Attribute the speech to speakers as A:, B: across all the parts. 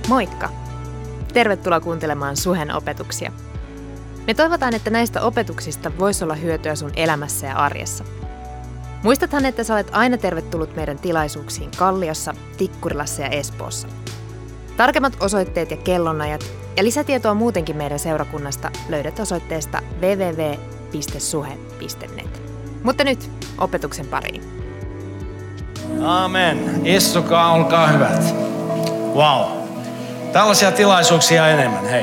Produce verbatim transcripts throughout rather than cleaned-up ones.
A: Moikka! Tervetuloa kuuntelemaan Suhen opetuksia. Me toivotaan, että näistä opetuksista voisi olla hyötyä sun elämässä ja arjessa. Muistathan, että sä olet aina tervetullut meidän tilaisuuksiin Kalliossa, Tikkurilassa ja Espoossa. Tarkemmat osoitteet ja kellonajat ja lisätietoa muutenkin meidän seurakunnasta löydät osoitteesta double-u double-u double-u piste suhe piste net. Mutta nyt opetuksen pariin.
B: Aamen. Istukaa, olkaa hyvät. Wow. Tällaisia tilaisuuksia enemmän, hei.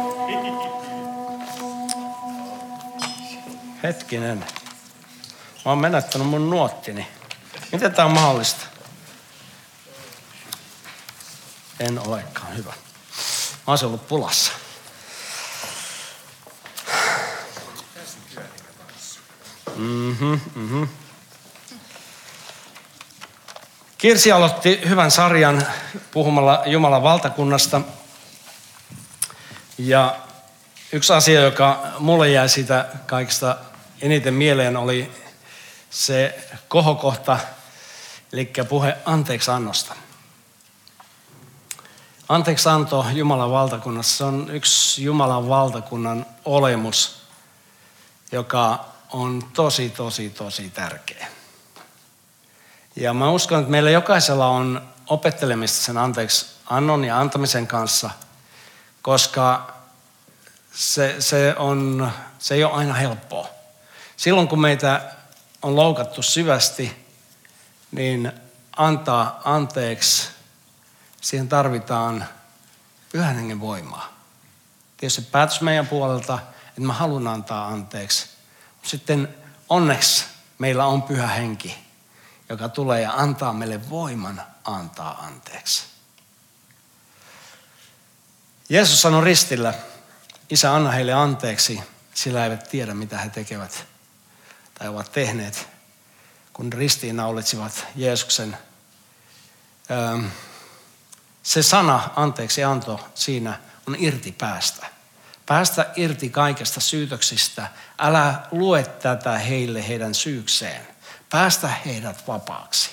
B: Hetkinen. Mä oon menettänyt mun nuottini. Miten tää on mahdollista? En olekaan, hyvä. Mä oon ollut pulassa. Mhm, mhm. Kirsi aloitti hyvän sarjan puhumalla Jumalan valtakunnasta. Ja yksi asia, joka mulle jäi siitä kaikista eniten mieleen, oli se kohokohta, eli puhe anteeksiannosta. Anteeksianto Jumalan valtakunnassa, se on yksi Jumalan valtakunnan olemus, joka on tosi, tosi, tosi tärkeä. Ja mä uskon, että meillä jokaisella on opettelemista sen anteeksi annon ja antamisen kanssa, koska se, se, on, se ei ole aina helppoa. Silloin kun meitä on loukattu syvästi, niin antaa anteeksi, siihen tarvitaan Pyhän Hengen voimaa. Tietysti päätös meidän puolelta, että mä haluan antaa anteeksi. Sitten onneksi meillä on Pyhä Henki, joka tulee ja antaa meille voiman antaa anteeksi. Jeesus sanoi ristillä, Isä, anna heille anteeksi, sillä eivät tiedä, mitä he tekevät tai ovat tehneet, kun ristiin naulitsivat Jeesuksen. Se sana anteeksi anto siinä on irti päästä. Päästä irti kaikesta syytöksistä. Älä lue tätä heille heidän syykseen. Päästä heidät vapaaksi.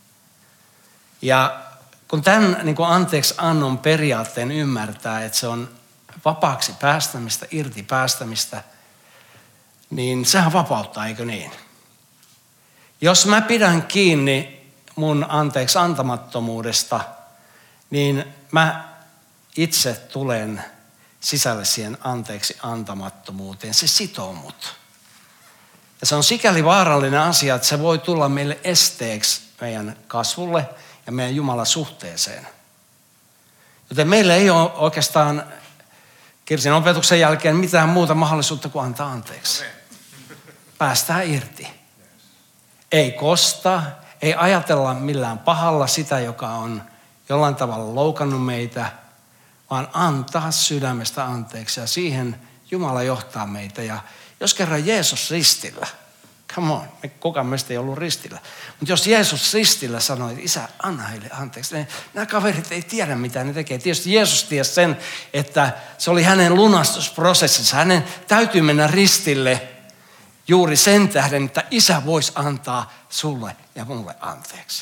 B: Ja kun tämän niin kuin anteeksi annon periaatteen ymmärtää, että se on vapaaksi päästämistä, irti päästämistä, niin sehän vapauttaa, eikö niin? Jos mä pidän kiinni mun anteeksi antamattomuudesta, niin mä itse tulen sisälle siihen anteeksi antamattomuuteen. Se sitoo mut. Ja se on sikäli vaarallinen asia, että se voi tulla meille esteeksi meidän kasvulle ja meidän Jumalan suhteeseen. Joten meillä ei ole oikeastaan Kirsin opetuksen jälkeen mitään muuta mahdollisuutta kuin antaa anteeksi. Päästään irti. Ei kosta, ei ajatella millään pahalla sitä, joka on jollain tavalla loukannut meitä, vaan antaa sydämestä anteeksi ja siihen Jumala johtaa meitä. Ja jos kerran Jeesus ristillä, come on, kukaan meistä ei ollut ristillä, mutta jos Jeesus ristillä sanoi, että Isä, anna heille anteeksi, niin nämä kaverit ei tiedä, mitä ne tekee. Tietysti Jeesus tiesi sen, että se oli hänen lunastusprosessinsa. Hänen täytyy mennä ristille juuri sen tähden, että Isä voisi antaa sulle ja mulle anteeksi.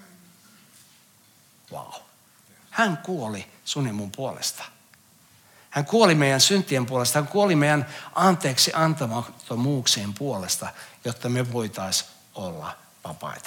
B: Wow. Hän kuoli sun ja mun puolesta. Hän kuoli meidän syntien puolesta, hän kuoli meidän anteeksi antamattomuuksien puolesta, jotta me voitaisiin olla vapaita.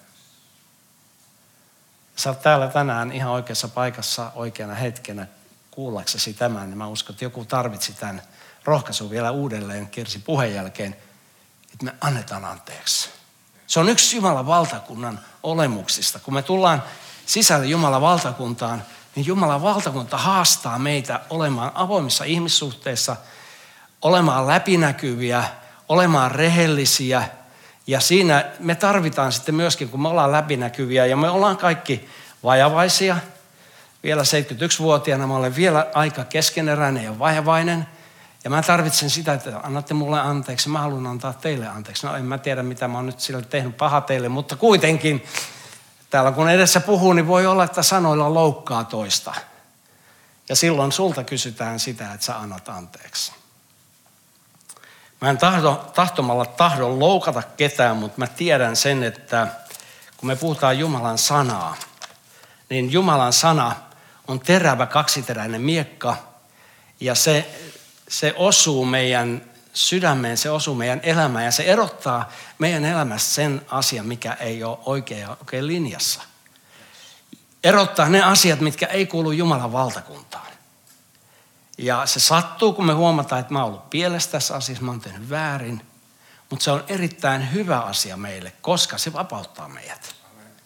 B: Sä oot täällä tänään ihan oikeassa paikassa oikeana hetkenä kuullaksesi tämän, niin mä uskon, että joku tarvitsi tämän rohkaisun vielä uudelleen Kirsin puheen jälkeen, että me annetaan anteeksi. Se on yksi Jumalan valtakunnan olemuksista. Kun me tullaan sisälle Jumalan valtakuntaan, niin Jumalan valtakunta haastaa meitä olemaan avoimissa ihmissuhteissa, olemaan läpinäkyviä, olemaan rehellisiä. Ja siinä me tarvitaan sitten myöskin, kun me ollaan läpinäkyviä ja me ollaan kaikki vajavaisia. Vielä seitsemänkymmentäyksivuotiaana mä olen vielä aika keskeneräinen ja vajavainen. Ja mä tarvitsen sitä, että annatte mulle anteeksi, mä haluan antaa teille anteeksi. No en mä tiedä, mitä mä oon nyt sillä tehnyt paha teille, mutta kuitenkin täällä kun edessä puhuu, niin voi olla, että sanoilla loukkaa toista. Ja silloin sulta kysytään sitä, että sä annat anteeksi. Mä en tahdo, tahtomalla tahdon loukata ketään, mutta mä tiedän sen, että kun me puhutaan Jumalan sanaa, niin Jumalan sana on terävä kaksiteräinen miekka ja se, se osuu meidän sydämeen, se osuu meidän elämään ja se erottaa meidän elämästä sen asian, mikä ei ole oikein, oikein linjassa. Erottaa ne asiat, mitkä ei kuulu Jumalan valtakuntaan. Ja se sattuu, kun me huomataan, että mä oon ollut pielessä tässä asiassa, mä oon tehnyt väärin. Mutta se on erittäin hyvä asia meille, koska se vapauttaa meidät.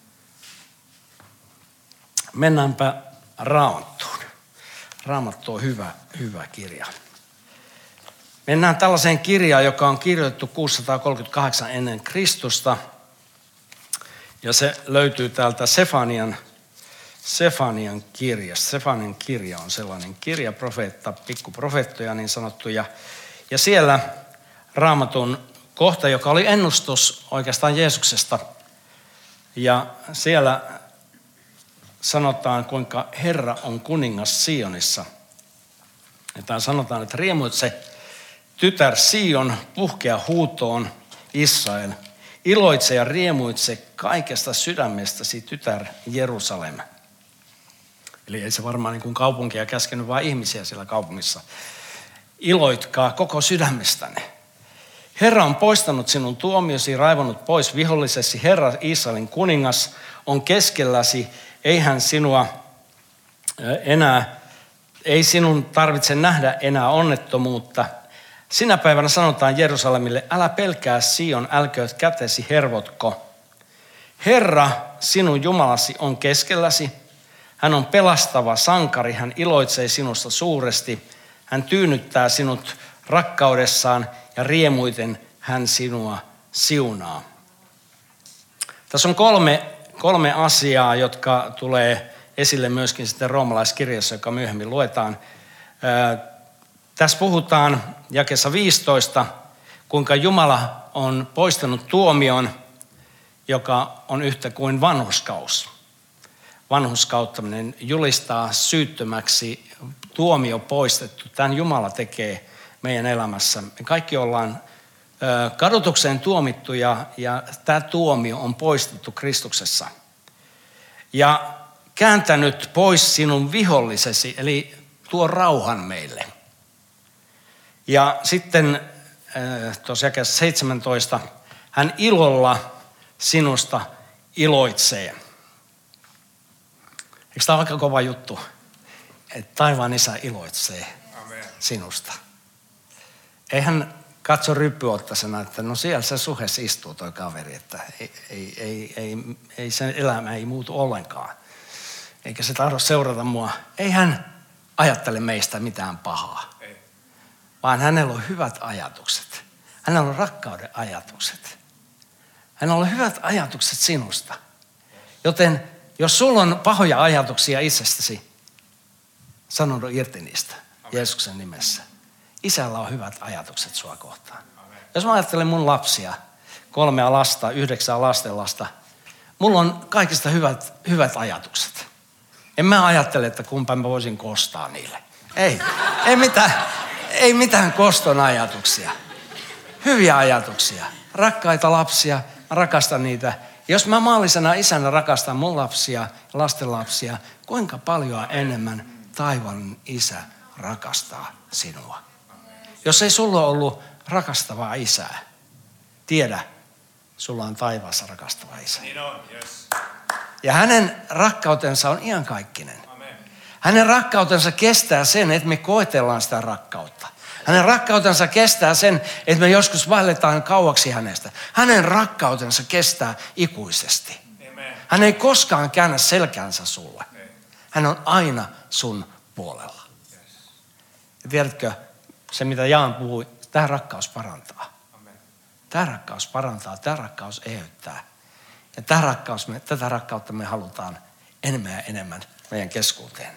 B: Mennäänpä Raamattuun. Raamattu on hyvä, hyvä kirja. Mennään tällaiseen kirjaan, joka on kirjoitettu kuusisataakolmekymmentäkahdeksan ennen Kristusta. Ja se löytyy täältä Sefanian, Sefanian kirjasta. Sefanian kirja on sellainen kirja, profeetta, pikkuprofeettoja niin sanottu. Ja, ja siellä Raamatun kohta, joka oli ennustus oikeastaan Jeesuksesta. Ja siellä sanotaan, kuinka Herra on kuningas Sionissa. Ja täällä sanotaan, että riemuitse tytär Sion, puhkea huutoon Israel. Iloitse ja riemuitse kaikesta sydämestäsi tytär Jerusalem. Eli ei se varmaan niin kuin kaupunkia käskenyt, vaan ihmisiä siellä kaupungissa. Iloitkaa koko sydämestänne. Herra on poistanut sinun tuomiosi, raivannut pois vihollisesi. Herra Israelin kuningas on keskelläsi. Ei hän sinua enää, ei sinun tarvitse nähdä enää onnettomuutta. Sinä päivänä sanotaan Jerusalemille, älä pelkää Sion, älkööt kätesi hervotko. Herra, sinun Jumalasi on keskelläsi. Hän on pelastava sankari, hän iloitsee sinusta suuresti. Hän tyynnyttää sinut rakkaudessaan ja riemuiten hän sinua siunaa. Tässä on kolme, kolme asiaa, jotka tulee esille myöskin sitten roomalaiskirjassa, joka myöhemmin luetaan. Tässä puhutaan jakeessa viisitoista, kuinka Jumala on poistanut tuomion, joka on yhtä kuin vanhurskaus. Vanhurskauttaminen julistaa syyttömäksi, tuomio poistettu. Tämän Jumala tekee meidän elämässä. Me kaikki ollaan kadotukseen tuomittu ja, ja tämä tuomio on poistettu Kristuksessa. Ja kääntänyt pois sinun vihollisesi, eli tuo rauhan meille. Ja sitten tuossa jakeessa seitsemäntoista, hän ilolla sinusta iloitsee. Eikö tämä ole aika kova juttu, että taivaan Isä iloitsee Amen. Sinusta. Ei hän katso ryppyottasena, että no siellä se suhes istuu toi kaveri, että ei, ei, ei, ei, ei sen elämä ei muutu ollenkaan. Eikä se tahdo seurata mua. Ei hän ajattele meistä mitään pahaa, ei. Vaan hänellä on hyvät ajatukset. Hänellä on rakkauden ajatukset. Hänellä on hyvät ajatukset sinusta. Joten jos sulla on pahoja ajatuksia itsestäsi, sanonut irti niistä Amen. Jeesuksen nimessä. Isällä on hyvät ajatukset sua kohtaan. Amen. Jos mä ajattelen mun lapsia, kolmea lasta, yhdeksää lastenlasta, mulla on kaikista hyvät, hyvät ajatukset. En mä ajattele, että kumpa mä voisin kostaa niille. Ei, ei mitään, ei mitään koston ajatuksia. Hyviä ajatuksia, rakkaita lapsia, mä rakastan niitä. Jos mä maallisena isänä rakastan mun lapsia ja lastenlapsia, kuinka paljon enemmän taivaan Isä rakastaa sinua. Jos ei sulla ole ollut rakastavaa isää, tiedä, sulla on taivaassa rakastava isä. Niin on, yes. Ja hänen rakkautensa on iankaikkinen. Amen. Hänen rakkautensa kestää sen, että me koetellaan sitä rakkautta. Hänen rakkautensa kestää sen, että me joskus vaelletaan kauaksi hänestä. Hänen rakkautensa kestää ikuisesti. Amen. Hän ei koskaan käännä selkäänsä sulle. Hän on aina sun puolella. Yes. Ja tiedätkö, se mitä Jaan puhui, tämä rakkaus parantaa. Amen. Tämä rakkaus parantaa, tämä rakkaus eheyttää. Ja tämä rakkaus, me, tätä rakkautta me halutaan enemmän ja enemmän meidän keskuuteen.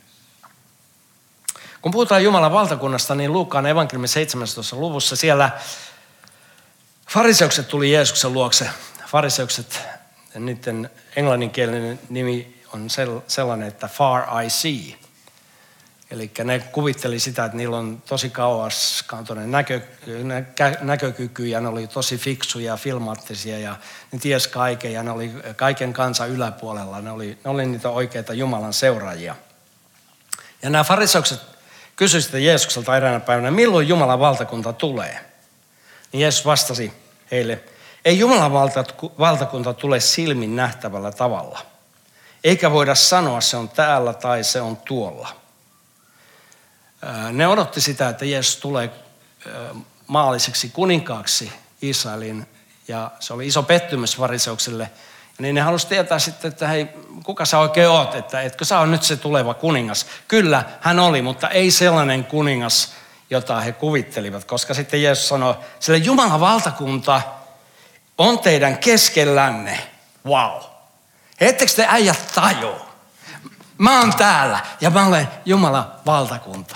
B: Kun puhutaan Jumalan valtakunnasta, niin Luukkaan evankeliumin seitsemästoista luvussa siellä fariseukset tuli Jeesuksen luokse. Fariseukset, niiden englanninkielinen nimi on sellainen, että far I see. Eli ne kuvitteli sitä, että niillä on tosi kauas kantoinen näkö, näkökyky ja ne oli tosi fiksuja, filmaattisia ja ne ties kaiken ja ne oli kaiken kansan yläpuolella. Ne oli, ne oli niitä oikeita Jumalan seuraajia. Ja nämä fariseukset kysyivät sitten Jeesukselta eräänä päivänä, milloin Jumalan valtakunta tulee. Niin Jeesus vastasi heille, ei Jumalan valtakunta tule silmin nähtävällä tavalla. Eikä voida sanoa, se on täällä tai se on tuolla. Ne odotti sitä, että Jeesus tulee maalliseksi kuninkaaksi Israelin. Ja se oli iso pettymys fariseuksille. Ja niin ne halusi tietää sitten, että hei, kuka sä oikein oot, että etkö sä ole nyt se tuleva kuningas. Kyllä, hän oli, mutta ei sellainen kuningas, jota he kuvittelivat. Koska sitten Jeesus sanoi, sille Jumalan valtakunta on teidän keskellänne. Wow. Ettekö te äijät tajuu? Mä oon täällä ja mä olen Jumalan valtakunta.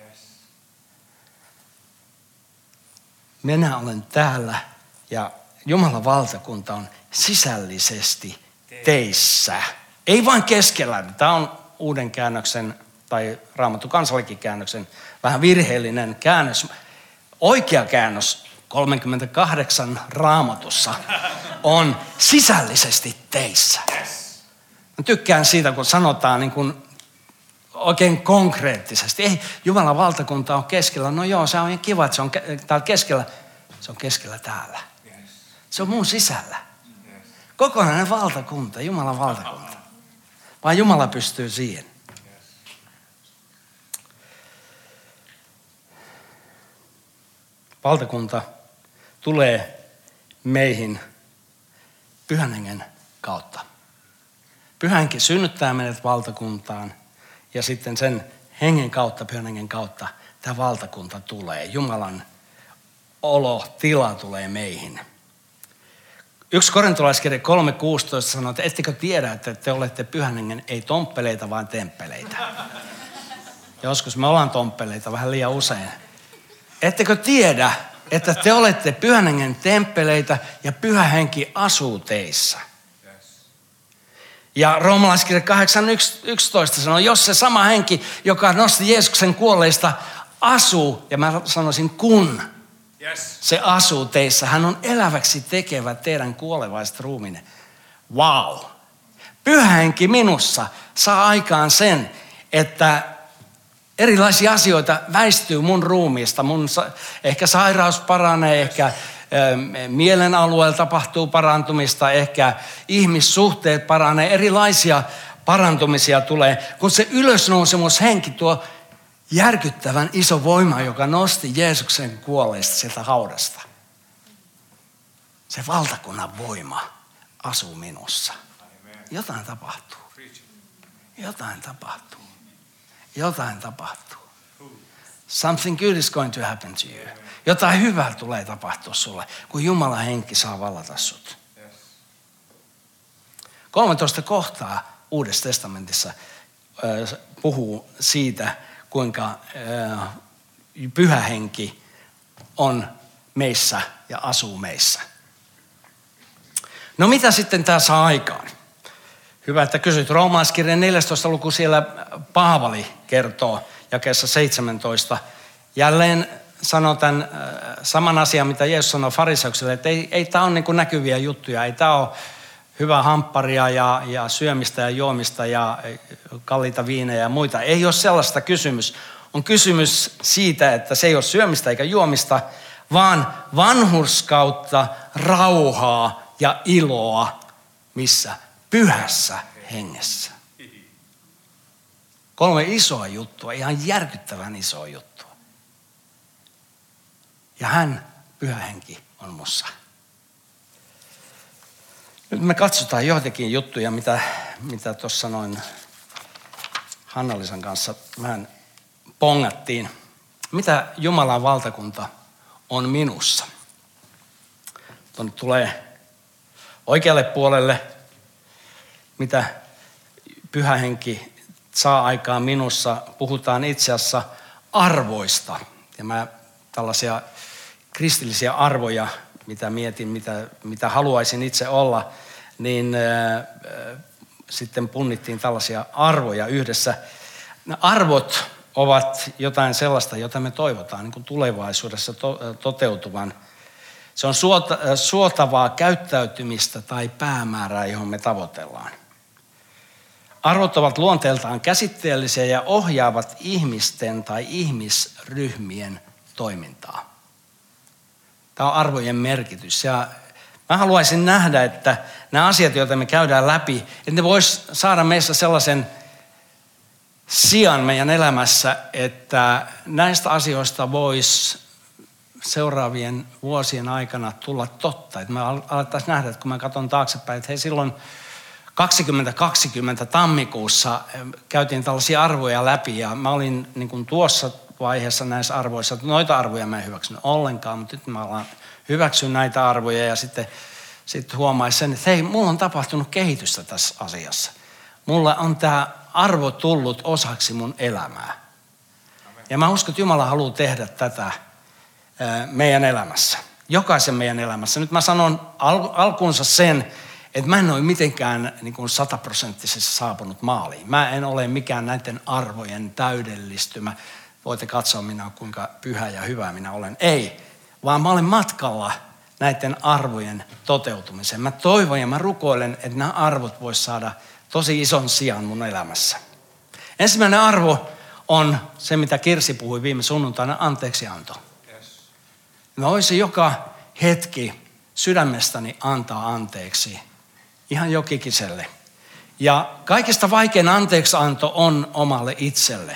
B: Minä olen täällä ja Jumalan valtakunta on sisällisesti teissä. Ei vain keskellä. Tämä on uuden käännöksen tai Raamatun kansallikikäännöksen vähän virheellinen käännös. Oikea käännös kolmekymmentäkahdeksan Raamatussa on sisällisesti teissä. Mä tykkään siitä, kun sanotaan niin kuin oikein konkreettisesti. Ei, Jumalan valtakunta on keskellä. No joo, se on kiva, että se on täällä keskellä. Se on keskellä täällä. Se on mun sisällä. Kokonainen valtakunta, Jumalan valtakunta. Vaan Jumala pystyy siihen. Valtakunta tulee meihin Pyhän Hengen kautta. Pyhä Henki synnyttää meidät valtakuntaan ja sitten sen hengen kautta, Pyhän Hengen kautta, tämä valtakunta tulee. Jumalan olo, tila tulee meihin. Yksi korintolaiskirja kolme kuusitoista sanoo, että ettekö tiedä, että te olette Pyhän Hengen ei tomppeleita, vaan temppeleitä. Joskus me ollaan tomppeleita vähän liian usein. Ettekö tiedä, että te olette Pyhän Hengen temppeleitä ja Pyhä Henki asuu teissä. Ja roomalaiskirja kahdeksan yksitoista sanoo, jos se sama henki, joka nosti Jeesuksen kuolleista, asuu, ja mä sanoisin kun yes. se asuu teissä, hän on eläväksi tekevä teidän kuolevaiset ruumiinne. Wow. Pyhä Henki minussa saa aikaan sen, että erilaisia asioita väistyy mun ruumiista. Mun ehkä sairaus paranee, ehkä mielen alueella tapahtuu parantumista, ehkä ihmissuhteet paranee, erilaisia parantumisia tulee. Kun se ylösnousemus henki tuo järkyttävän iso voima, joka nosti Jeesuksen kuolleista sieltä haudasta. Se valtakunnan voima asuu minussa. Jotain tapahtuu. Jotain tapahtuu. Jotain tapahtuu. Something good is going to happen to you. Jotain hyvää tulee tapahtua sulle, kun Jumalan henki saa vallata sut. kolmetoista kohtaa Uudessa testamentissa äh, puhuu siitä, kuinka äh, Pyhä Henki on meissä ja asuu meissä. No mitä sitten tämä saa aikaan? Hyvä, että kysyt. Roomalaiskirjan neljästoista luku siellä Paavali kertoo jakeessa seitsemäntoista. Jälleen sanoo tämän saman asian, mitä Jeesus sanoi fariseuksille, että ei, ei tämä ole niin kuin näkyviä juttuja. Ei tämä ole hyvää hampparia ja, ja syömistä ja juomista ja kalliita viinejä ja muita. Ei ole sellaista kysymys. On kysymys siitä, että se ei ole syömistä eikä juomista, vaan vanhurskautta, rauhaa ja iloa, missä? Pyhässä hengessä. Kolme isoa juttua, ihan järkyttävän isoa juttua. Ja hän, Pyhä Henki, on mussa. Nyt me katsotaan joitakin juttuja, mitä, mitä tuossa noin Hanna-Liisan kanssa vähän pongattiin. Mitä Jumalan valtakunta on minussa? Tuonne tulee oikealle puolelle, mitä Pyhä Henki saa aikaan minussa. Puhutaan itse asiassa arvoista. Ja mä tällaisia kristillisiä arvoja, mitä mietin, mitä, mitä haluaisin itse olla, niin äh, sitten punnittiin tällaisia arvoja yhdessä. Ne arvot ovat jotain sellaista, jota me toivotaan niin kuin tulevaisuudessa to, toteutuvan. Se on suota, suotavaa käyttäytymistä tai päämäärää, johon me tavoitellaan. Arvot ovat luonteeltaan käsitteellisiä ja ohjaavat ihmisten tai ihmisryhmien toimintaa. Tämä on arvojen merkitys. Ja mä haluaisin nähdä, että nämä asiat, joita me käydään läpi, että ne vois saada meissä sellaisen sijan meidän elämässä, että näistä asioista voisi seuraavien vuosien aikana tulla totta. Että me alettaisiin nähdä, että kun mä katson taaksepäin, että hei silloin kaksituhattakaksikymmentä tammikuussa käytiin tällaisia arvoja läpi ja mä olin niin kuin tuossa vaiheessa näissä arvoissa, että noita arvoja mä en hyväksynyt ollenkaan, mutta nyt mä alan hyväksyä näitä arvoja ja sitten, sitten huomaisin sen, että hei, mulla on tapahtunut kehitystä tässä asiassa. Mulla on tämä arvo tullut osaksi mun elämää. Ja mä uskon, että Jumala haluaa tehdä tätä meidän elämässä, jokaisen meidän elämässä. Nyt mä sanon al- alkuunsa sen, että mä en ole mitenkään niin kuin sataprosenttisesti saapunut maaliin. Mä en ole mikään näiden arvojen täydellistymä. Voitte katsoa minä, kuinka pyhä ja hyvä minä olen. Ei, vaan mä olen matkalla näiden arvojen toteutumiseen. Mä toivon ja mä rukoilen, että nämä arvot vois saada tosi ison sijan mun elämässä. Ensimmäinen arvo on se, mitä Kirsi puhui viime sunnuntaina, anteeksianto. Yes. Mä voisin joka hetki sydämestäni antaa anteeksi ihan jokikiselle. Ja kaikista vaikein anteeksianto on omalle itselle.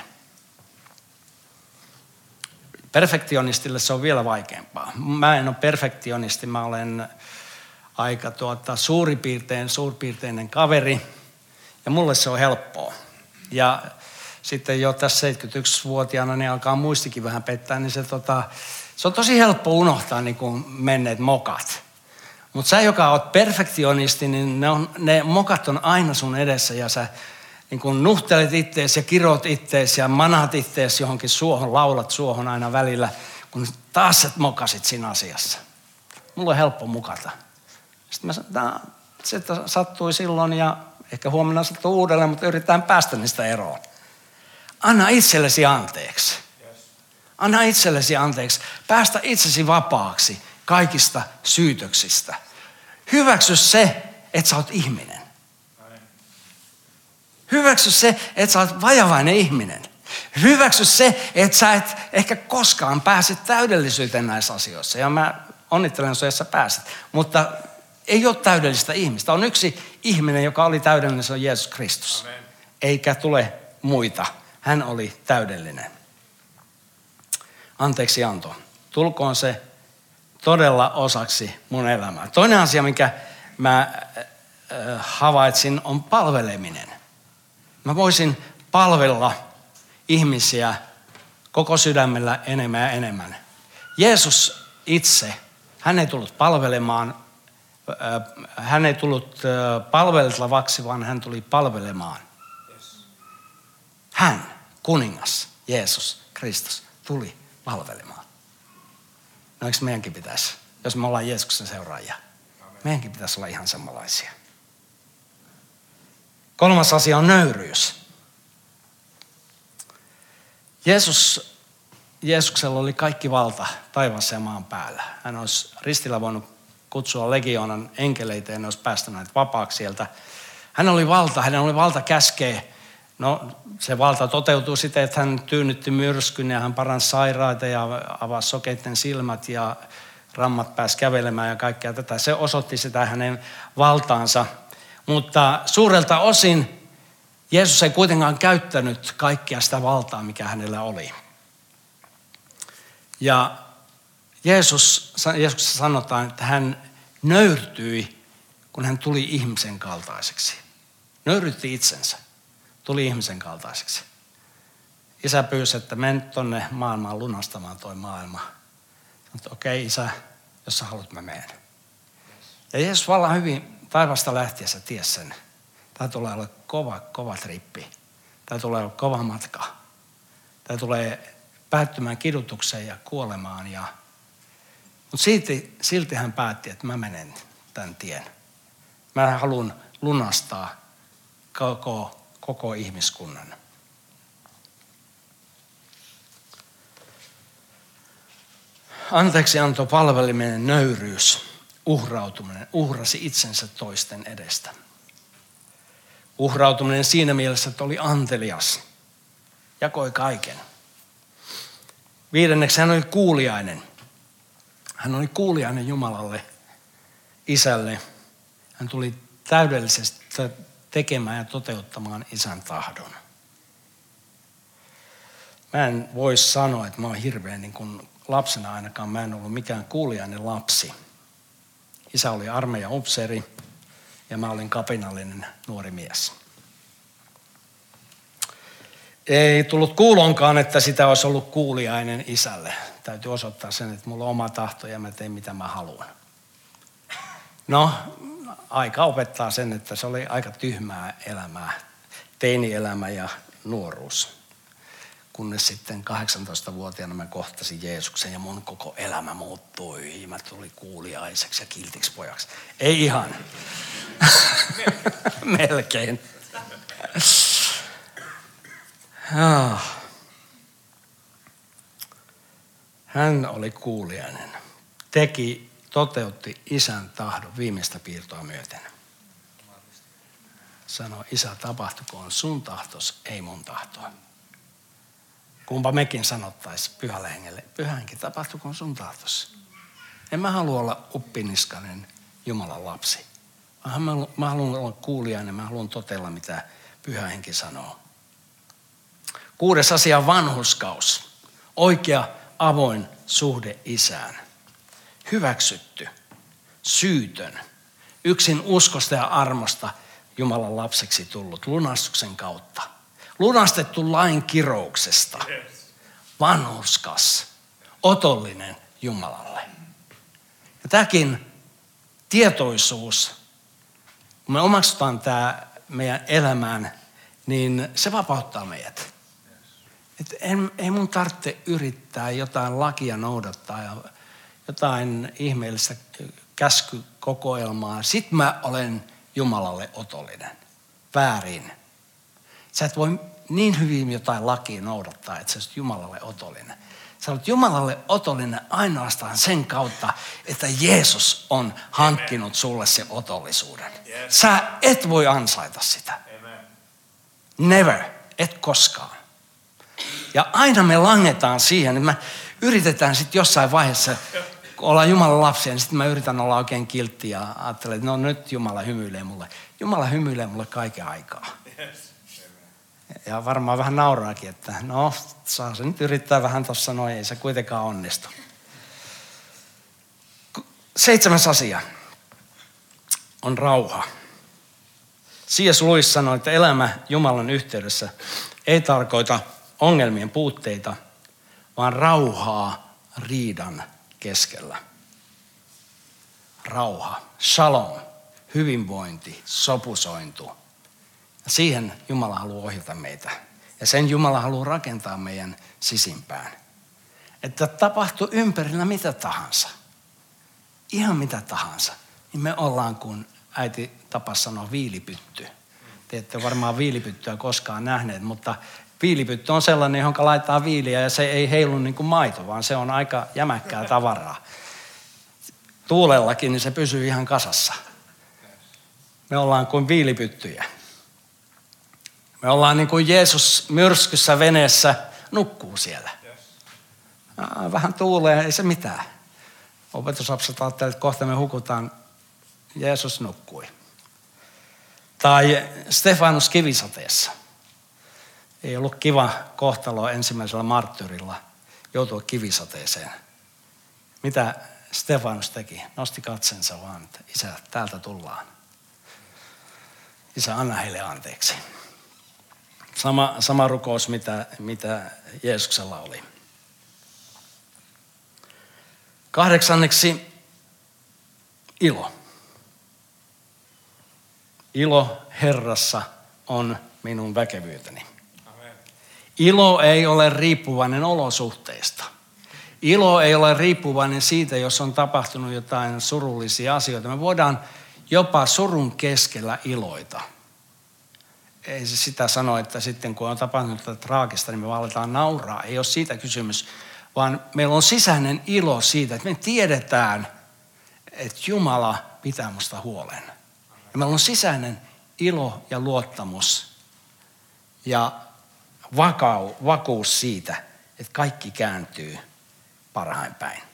B: Perfektionistille se on vielä vaikeampaa. Mä en ole perfektionisti, mä olen aika tuota, suuripiirtein, suurpiirteinen kaveri ja mulle se on helppoa. Ja sitten jo tässä seitsemänkymmentäyksivuotiaana niin alkaa muistikin vähän pettää, niin se, tota, se on tosi helppo unohtaa niin kuin menneet mokat. Mutta sä, joka oot perfektionisti, niin ne, on, ne mokat on aina sun edessä ja sä niin kun nuhtelet ittees ja kirot ittees ja manaat ittees johonkin suohon, laulat suohon aina välillä, kun taas sä mokasit siinä asiassa. Mulla on helppo mukata. Sitten mä sanoin, se sattui silloin ja ehkä huomenna sattuu uudelleen, mutta yritetään päästä niistä eroon. Anna itsellesi anteeksi. Anna itsellesi anteeksi. Päästä itsesi vapaaksi kaikista syytöksistä. Hyväksy se, että sä oot ihminen. Hyväksy se, että sä oot vajavainen ihminen. Hyväksy se, että sä et ehkä koskaan pääse täydellisyyteen näissä asioissa. Ja mä onnittelen sua, jos sä pääset. Mutta ei ole täydellistä ihmistä. On yksi ihminen, joka oli täydellinen, se on Jeesus Kristus. Amen. Eikä tule muita. Hän oli täydellinen. Anteeksi anto. Tulkoon se todella osaksi mun elämää. Toinen asia, minkä mä havaitsin, on palveleminen. Mä voisin palvella ihmisiä koko sydämellä enemmän ja enemmän. Jeesus itse, hän ei tullut palvelemaan, hän ei tullut palveltavaksi, vaan hän tuli palvelemaan. Hän, kuningas, Jeesus, Kristus, tuli palvelemaan. No eikö meidänkin pitäisi, jos me ollaan Jeesuksen seuraajia, meidänkin pitäisi olla ihan samanlaisia. Kolmas asia on nöyryys. Jeesus, Jeesuksella oli kaikki valta taivaassa ja maan päällä. Hän olisi ristillä voinut kutsua legioonan enkeleitä ja ne olisi päästäneet vapaaksi sieltä. Hän oli valta, hän oli valta käskeä. No se valta toteutuu siten, että hän tyynnytti myrskyn ja hän paransi sairaita ja avasi sokeitten silmät ja rammat pääsi kävelemään ja kaikkea tätä. Se osoitti sitä hänen valtaansa. Mutta suurelta osin Jeesus ei kuitenkaan käyttänyt kaikkia sitä valtaa, mikä hänellä oli. Ja Jeesus, Jeesuksessa sanotaan, että hän nöyrtyi, kun hän tuli ihmisen kaltaiseksi. Nöyrytti itsensä, tuli ihmisen kaltaiseksi. Isä pyysi, että mene tuonne maailmaan lunastamaan toi maailma. Mutta okei, okay, isä, jos sä haluat, mä menen. Ja Jeesus vallan hyvin taivasta lähtiessä tiesi sen. Tämä tulee olla kova, kova trippi. Tämä tulee olla kova matka. Tämä tulee päättymään kidutukseen ja kuolemaan. Ja... Mutta silti, silti hän päätti, että mä menen tämän tien. Mä haluan lunastaa koko, koko ihmiskunnan. Anteeksianto, palveleminen, nöyryys, uhrautuminen, uhrasi itsensä toisten edestä. Uhrautuminen siinä mielessä, että oli antelias. Jakoi kaiken. Viidenneksi hän oli kuuliainen. Hän oli kuuliainen Jumalalle, Isälle. Hän tuli täydellisesti tekemään ja toteuttamaan Isän tahdon. Mä en voi sanoa, että mä oon hirveän niin kuin lapsena ainakaan, mä en ollut mikään kuuliainen lapsi. Isä oli armeijan upseeri ja mä olin kapinallinen nuori mies. Ei tullut kuulonkaan, että sitä olisi ollut kuuliainen isälle. Täytyy osoittaa sen, että mulla on oma tahto ja mä teen mitä mä haluan. No, aika opettaa sen, että se oli aika tyhmää elämää, teinielämä ja nuoruus. Kunnes sitten kahdeksantoistavuotiaana mä kohtasin Jeesuksen ja mun koko elämä muuttui. Mä tulin kuuliaiseksi ja kiltiksi pojaksi. Ei ihan. Melkein. Hän oli kuuliainen. Teki, toteutti Isän tahdon viimeistä piirtoa myöten. Sanoi, Isä, tapahtukoon sun tahtos, ei mun tahtoa. Kumpa mekin sanottaisiin pyhälle hengelle, pyhänkin tapahtukoon sun tahtos. En mä halua olla uppiniskainen Jumalan lapsi. Vaan mä, mä haluan olla kuulijainen, mä haluan totella mitä pyhä henki sanoo. Kuudes asia on vanhurskaus. Oikea, avoin suhde Isään. Hyväksytty, syytön, yksin uskosta ja armosta Jumalan lapseksi tullut lunastuksen kautta. Lunastettu lain kirouksesta. Vanhurskas, otollinen Jumalalle. Ja tämäkin tietoisuus, kun me omaksutaan tämä meidän elämään, niin se vapauttaa meidät. Et en, ei mun tarvitse yrittää jotain lakia noudattaa ja jotain ihmeellistä käskykokoelmaa. Sitten mä olen Jumalalle otollinen. Väärin. Sä et voi niin hyvin jotain lakia noudattaa, että sä olet Jumalalle otollinen. Sä olet Jumalalle otollinen ainoastaan sen kautta, että Jeesus on hankkinut sulle sen otollisuuden. Sä et voi ansaita sitä. Never. Et koskaan. Ja aina me langetaan siihen, että me yritetään sitten jossain vaiheessa, kun ollaan Jumalan lapsia, niin sitten mä yritän olla oikein kiltti ja ajattelen, että no nyt Jumala hymyilee mulle. Jumala hymyilee mulle kaiken aikaa. Ja varmaan vähän nauraakin, että no saa se nyt yrittää vähän tuossa noin, ei se kuitenkaan onnistu. Seitsemäs asia on rauha. C S Lewis sanoi, että elämä Jumalan yhteydessä ei tarkoita ongelmien puutteita, vaan rauhaa riidan keskellä. Rauha, shalom, hyvinvointi, sopusointu. Ja siihen Jumala haluaa ohjata meitä. Ja sen Jumala haluaa rakentaa meidän sisimpään. Että tapahtuu ympärillä mitä tahansa. Ihan mitä tahansa. Niin me ollaan, kun äiti tapas sanoa, viilipytty. Te ette varmaan viilipyttyä koskaan nähneet, mutta viilipytty on sellainen, johon laittaa viiliä ja se ei heilu niin kuin maito, vaan se on aika jämäkkää tavaraa. Tuulellakin niin se pysyy ihan kasassa. Me ollaan kuin viilipyttyjä. Me ollaan niin kuin Jeesus myrskyssä veneessä nukkuu siellä. Vähän tuulee, ei se mitään. Opetuslapset ajattelee, että kohta me hukutaan. Jeesus nukkui. Tai Stefanus kivisateessa. Ei ollut kiva kohtalo ensimmäisellä marttyrilla joutua kivisateeseen. Mitä Stefanus teki? Nosti katsensa vaan, että Isä, täältä tullaan. Isä, anna heille anteeksi. Sama, sama rukous, mitä, mitä Jeesuksella oli. Kahdeksanneksi ilo. Ilo Herrassa on minun väkevyyteni. Amen. Ilo ei ole riippuvainen olosuhteista. Ilo ei ole riippuvainen siitä, jos on tapahtunut jotain surullisia asioita. Me voidaan jopa surun keskellä iloita. Ei se sitä sano, että sitten kun on tapahtunut jotain traagista, niin me vaan aletaan nauraa. Ei ole siitä kysymys, vaan meillä on sisäinen ilo siitä, että me tiedetään, että Jumala pitää musta huolen. Ja meillä on sisäinen ilo ja luottamus ja vakau, vakuus siitä, että kaikki kääntyy parhain päin.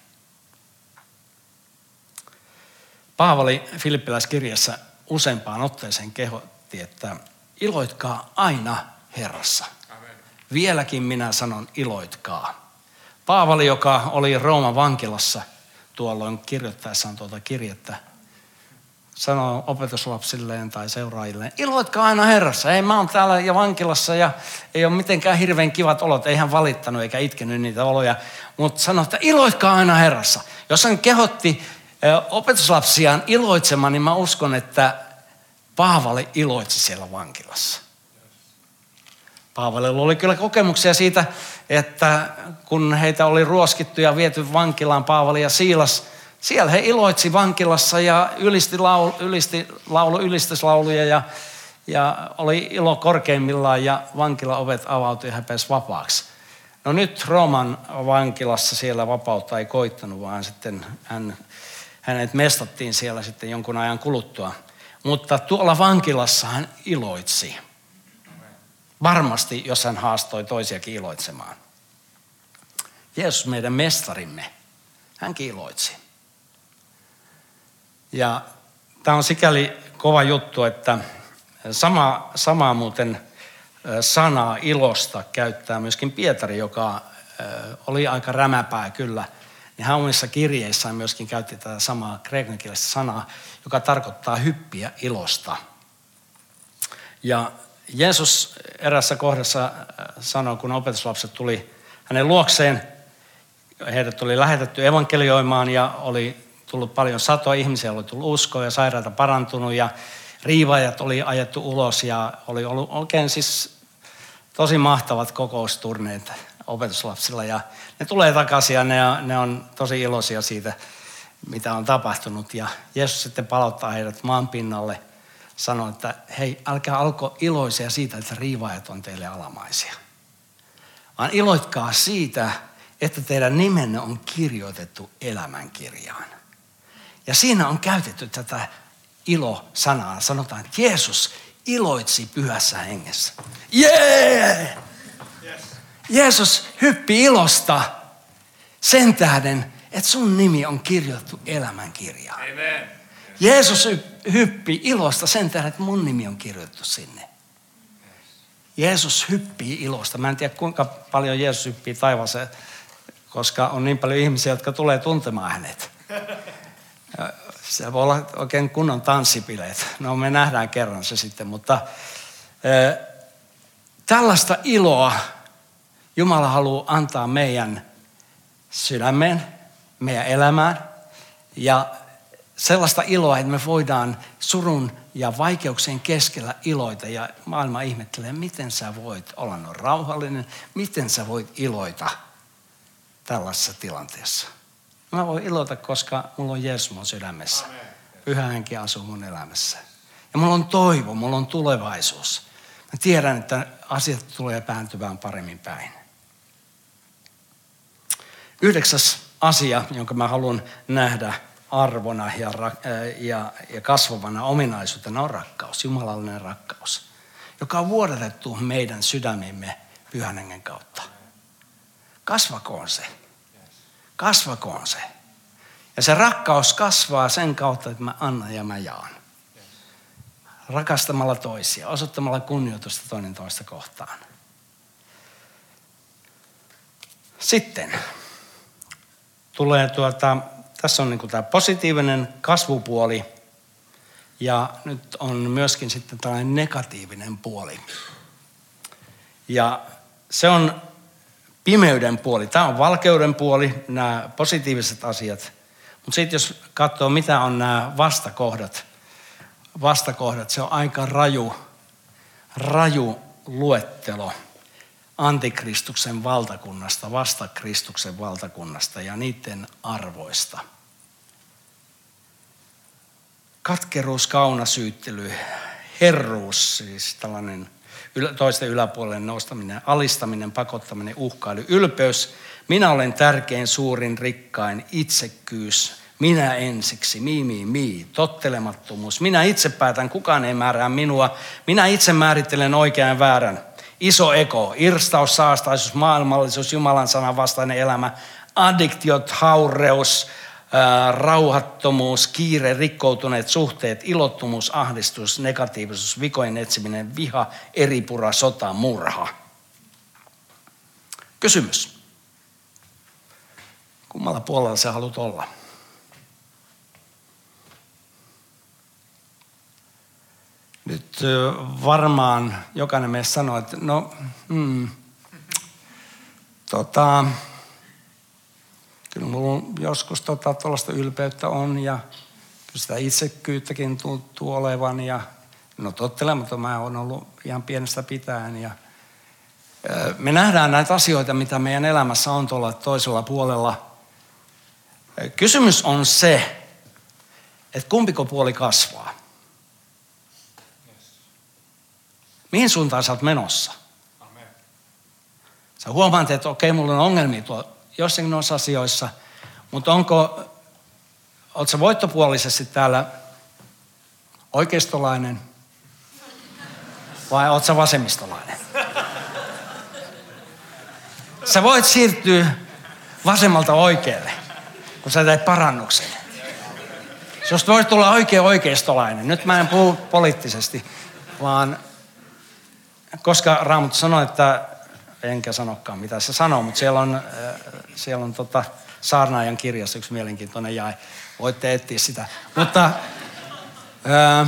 B: Paavali Filippiläiskirjassa useampaan otteeseen kehotti, että iloitkaa aina Herrassa. Amen. Vieläkin minä sanon iloitkaa. Paavali, joka oli Rooman vankilassa tuolloin kirjoittaessaan tuota kirjettä, sanoo opetuslapsilleen tai seuraajilleen, iloitkaa aina Herrassa. Ei, mä oon täällä ja vankilassa ja ei ole mitenkään hirveän kivat olot. Ei hän valittanut eikä itkenyt niitä oloja, mutta sanoi, että iloitkaa aina Herrassa. Jos hän kehotti opetuslapsiaan iloitsemaan, niin mä uskon, että Paavali iloitsi siellä vankilassa. Paavalilla oli kyllä kokemuksia siitä, että kun heitä oli ruoskittu ja viety vankilaan, Paavali ja Siilas, siellä he iloitsi vankilassa ja ylisti, laulu, ylisti laulu, ylistyslauluja ja, ja oli ilo korkeimmillaan ja vankilaovet avautui ja he pääsi vapaaksi. No nyt Rooman vankilassa siellä vapautta ei koittanut, vaan sitten hän, hänet mestattiin siellä sitten jonkun ajan kuluttua. Mutta tuolla vankilassa hän iloitsi. Varmasti, jos hän haastoi toisiakin iloitsemaan. Jeesus, meidän mestarimme, hänkin iloitsi. Ja tämä on sikäli kova juttu, että sama, samaa muuten sanaa ilosta käyttää myöskin Pietari, joka oli aika rämäpää kyllä. Niin hän omissa kirjeissään myöskin käytti tätä samaa kreikankielistä sanaa, joka tarkoittaa hyppiä ilosta. Ja Jeesus erässä kohdassa sanoi, kun opetuslapset tuli hänen luokseen, heidät oli lähetetty evankelioimaan ja oli tullut paljon satoa, ihmisiä oli tullut uskoa ja sairaita parantunut ja riivaajat oli ajettu ulos ja oli ollut oikein siis tosi mahtavat kokousturneet opetuslapsilla ja ne tulee takaisin ja ne, ne on tosi iloisia siitä, mitä on tapahtunut ja Jeesus sitten palauttaa heidät maan pinnalle, sanoi, että hei, älkää alko iloisia siitä, että riivaajat on teille alamaisia, vaan iloitkaa siitä, että teidän nimenne on kirjoitettu elämänkirjaan. Ja siinä on käytetty tätä ilo-sanaa. Sanotaan, että Jeesus iloitsi pyhässä hengessä. Jee! Yes. Jeesus hyppi ilosta sen tähden, että sun nimi on kirjoitettu elämänkirjaan. Amen. Jeesus hyppi ilosta sen tähden, että mun nimi on kirjoitettu sinne. Jeesus hyppii ilosta. Mä en tiedä, kuinka paljon Jeesus hyppii taivaaseen, koska on niin paljon ihmisiä, jotka tulee tuntemaan hänet. Se voi olla oikein kunnon tanssipileet. No me nähdään kerran se sitten, mutta e, tällaista iloa Jumala haluaa antaa meidän sydämeen, meidän elämään. Ja sellaista iloa, että me voidaan surun ja vaikeuksien keskellä iloita. Ja maailma ihmettelee, miten sä voit olla no rauhallinen, miten sä voit iloita tällaisessa tilanteessa. Mä voin iloita, koska mulla on Jeesus mun sydämessä. Pyhä Henki asuu mun elämässä. Ja mulla on toivo, mulla on tulevaisuus. Mä tiedän, että asiat tulee pääntymään paremmin päin. Yhdeksäs asia, jonka mä haluan nähdä arvona ja, ja, ja kasvavana ominaisuutena on rakkaus, jumalallinen rakkaus, joka on vuodatettu meidän sydämimme Pyhän Hengen kautta. Kasvakoon se. Kasvakoon se. Ja se rakkaus kasvaa sen kautta, että mä annan ja mä jaan. Rakastamalla toisia, osoittamalla kunnioitusta toinen toista kohtaan. Sitten tulee tuota, tässä on niin kuin tämä positiivinen kasvupuoli ja nyt on myöskin sitten tällainen negatiivinen puoli. Ja se on pimeyden puoli. Tämä on valkeuden puoli, nämä positiiviset asiat. Mutta sitten jos katsoo, mitä on nämä vastakohdat, vastakohdat, se on aika raju, raju luettelo antikristuksen valtakunnasta, vastakristuksen valtakunnasta ja niiden arvoista. Katkeruus, kaunasyyttely, herruus, siis tällainen toisten yläpuolelle nostaminen, alistaminen, pakottaminen, uhkailu, ylpeys. Minä olen tärkein, suurin, rikkain, itsekkyys, Minä ensiksi, mi, mi, mi, tottelemattomuus. Minä itse päätän, kukaan ei määrää minua. Minä itse määrittelen oikean ja väärän. Iso ego, irstaus, saastaisuus, maailmallisuus, Jumalan sanan vastainen elämä, addiktiot, haureus, ää, rauhattomuus, kiire, rikkoutuneet suhteet, ilottomuus, ahdistus, negatiivisuus, vikojen etsiminen, viha, eripura, sota, murha. Kysymys. Kummalla puolella sä haluat olla? Nyt varmaan jokainen meistä sanoo, että no, hmm, tota, kyllä mulla joskus tota, tuollaista ylpeyttä on ja kyllä sitä itsekyyttäkin tuntuu olevan. Ja, no tottelematon mä oon ollut ihan pienestä pitäen. Ja, me nähdään näitä asioita, mitä meidän elämässä on tuolla toisella puolella. Kysymys on se, että kumpiko puoli kasvaa. Mihin suuntaan sä oot menossa? Amen. Sä huomaat, että okei, mulla on ongelmia tuolla jossakin noissa asioissa, mutta onko, oot sä voittopuolisesti täällä oikeistolainen vai oot sä vasemmistolainen? Sä voit siirtyä vasemmalta oikealle, kun sä teet parannuksen. Susta voisi tulla oikein oikeistolainen. Nyt mä en puhu poliittisesti, vaan koska Raamattu sanoi, että, enkä sanokaan mitä se sanoo, mutta siellä on, siellä on tota saarnaajan kirjassa yksi mielenkiintoinen jae. Voitte etsiä sitä. Mutta ää,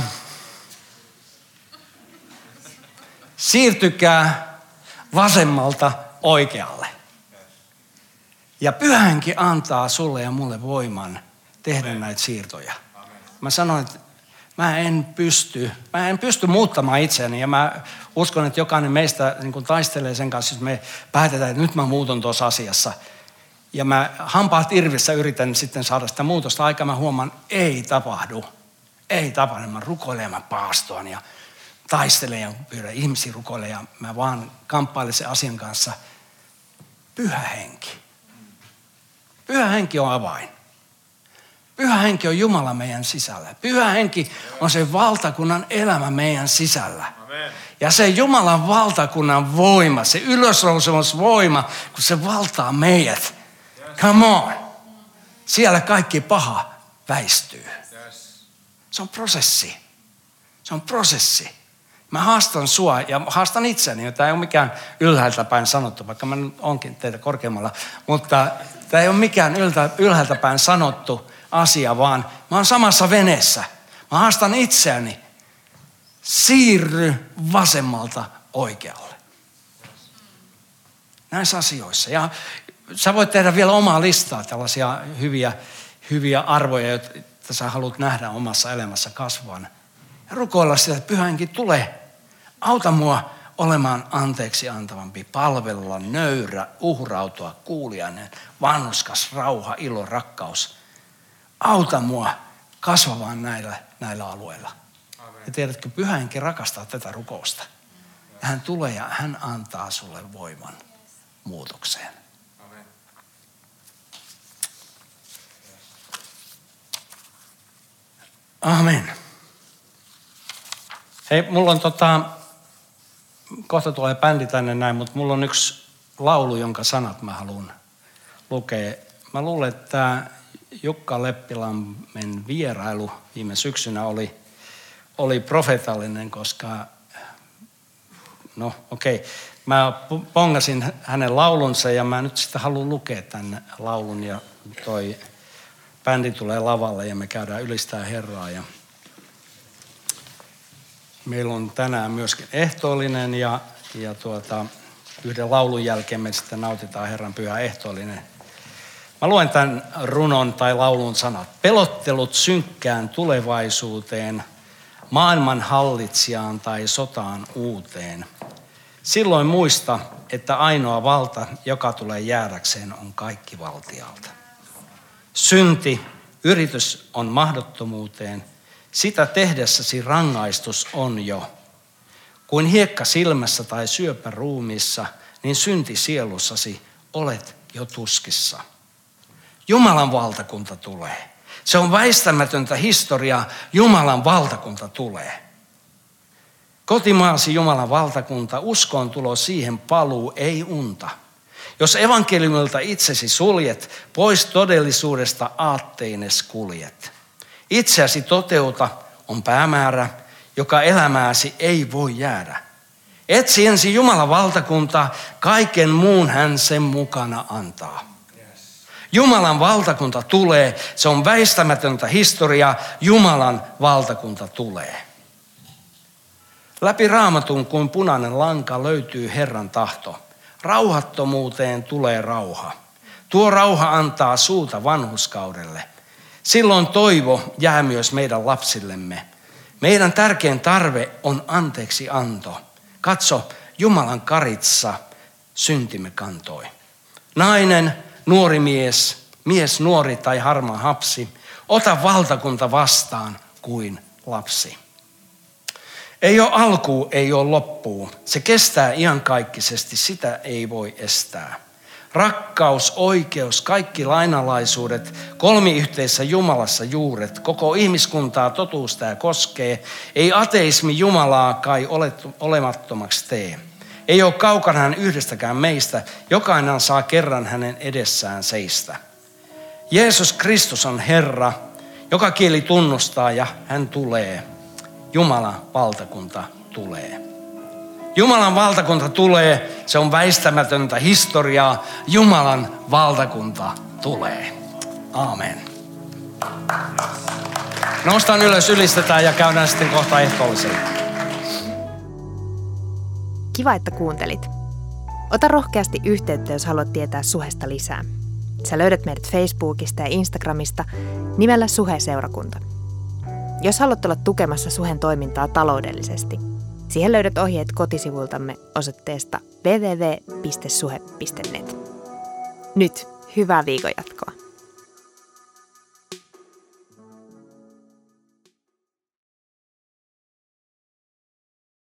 B: siirtykää vasemmalta oikealle. Ja Pyhä Henki antaa sulle ja mulle voiman tehdä Amen. Näitä siirtoja. Amen. Mä sanoin, että mä en pysty, mä en pysty muuttamaan itseäni ja mä uskon, että jokainen meistä niin kun taistelee sen kanssa, että me päätetään, että nyt mä muutun tuossa asiassa. Ja mä hampaat irvissä yritän sitten saada sitä muutosta aikaa. Mä huomaan, ei tapahdu. Ei tapahdu. Mä rukoilen ja mä paastoan ja taistelen ja pyydän ihmisiä rukoilen ja mä vaan kamppailen sen asian kanssa. Pyhä Henki. Pyhä Henki on avain. Pyhä Henki on Jumala meidän sisällä. Pyhä Henki on se valtakunnan elämä meidän sisällä. Amen. Ja se Jumalan valtakunnan voima, se ylösnousemusvoima, kun se valtaa meidät. Come on. Siellä kaikki paha väistyy. Se on prosessi. Se on prosessi. Mä haastan sua ja haastan itseni. Tämä ei ole mikään ylhäältä päin sanottu, vaikka mä nyt onkin teitä korkeammalla. Mutta tämä ei ole mikään ylhäältä päin sanottu asia, vaan mä oon samassa veneessä. Mä haastan itseäni. Siirry vasemmalta oikealle. Näissä asioissa. Ja sä voit tehdä vielä omaa listaa, tällaisia hyviä, hyviä arvoja, joita sä haluat nähdä omassa elämässä kasvavan. Ja rukoilla sitä, että Pyhä Henki tulee. Auta mua olemaan anteeksi antavampi, palvella, nöyrä, uhrautua, kuulijainen, vanhuskas, rauha, ilo, rakkaus. Auta mua kasvamaan näillä, näillä alueilla. Amen. Ja tiedätkö, Pyhä Henki rakastaa tätä rukousta. Ja hän tulee ja hän antaa sulle voiman muutokseen. Amen. Amen. Hei, mulla on tota, kohta tulee bändi tänne näin, mutta mulla on yksi laulu, jonka sanat mä haluan lukea. Mä luulen, että Jukka Leppilammen vierailu viime syksynä oli, oli profeetallinen, koska no okei, okay. Mä pongasin hänen laulunsa ja mä nyt sitten haluan lukea tämän laulun ja toi bändi tulee lavalle ja me käydään ylistää Herraa. Ja meillä on tänään myöskin ehtoollinen ja, ja tuota, yhden laulun jälkeen me sitten nautitaan Herran pyhä ehtoollinen. Mä luen tämän runon tai laulun sanat. Pelottelut synkkään tulevaisuuteen, maailman hallitsijaan tai sotaan uuteen. Silloin muista, että ainoa valta, joka tulee jäädäkseen, on kaikki valtialta. Synti, yritys on mahdottomuuteen. Sitä tehdessäsi rangaistus on jo. Kuin hiekka silmässä tai syöpä ruumiissa, niin synti sielussasi olet jo tuskissa. Jumalan valtakunta tulee. Se on väistämätöntä historiaa. Jumalan valtakunta tulee. Kotimaasi Jumalan valtakunta, uskoon tulo siihen paluu, ei unta. Jos evankeliumilta itsesi suljet, pois todellisuudesta aatteines kuljet. Itseäsi toteuta on päämäärä, joka elämääsi ei voi jäädä. Etsi ensin Jumalan valtakuntaa, kaiken muun hän sen mukana antaa. Jumalan valtakunta tulee, se on väistämätöntä historiaa, Jumalan valtakunta tulee. Läpi Raamatun kuin punainen lanka löytyy Herran tahto. Rauhattomuuteen tulee rauha. Tuo rauha antaa suuta vanhurskaudelle. Silloin toivo jää myös meidän lapsillemme. Meidän tärkein tarve on anteeksi anto. Katso, Jumalan karitsa syntimme kantoi. Nainen, nuori mies, mies nuori tai harmaa hapsi, ota valtakunta vastaan kuin lapsi. Ei ole alkua, ei ole loppua. Se kestää iankaikkisesti, sitä ei voi estää. Rakkaus, oikeus, kaikki lainalaisuudet, kolmiyhteisessä Jumalassa juuret, koko ihmiskuntaa totuus tää koskee. Ei ateismi Jumalaa kai olemattomaksi tee. Ei ole kaukana hän yhdestäkään meistä, jokainen saa kerran hänen edessään seistä. Jeesus Kristus on Herra, joka kieli tunnustaa ja hän tulee. Jumalan valtakunta tulee. Jumalan valtakunta tulee, se on väistämätöntä historiaa. Jumalan valtakunta tulee. Aamen. Noustaan ylös, ylistetään ja käydään sitten kohta ehtoollisella.
A: Kiva, että kuuntelit. Ota rohkeasti yhteyttä, jos haluat tietää Suhesta lisää. Sä löydät meidät Facebookista ja Instagramista nimellä Suhe-seurakunta. Jos haluat olla tukemassa Suhen toimintaa taloudellisesti, siihen löydät ohjeet kotisivuiltamme osoitteesta double-u double-u double-u piste suhe piste net. Nyt hyvää viikon jatkoa.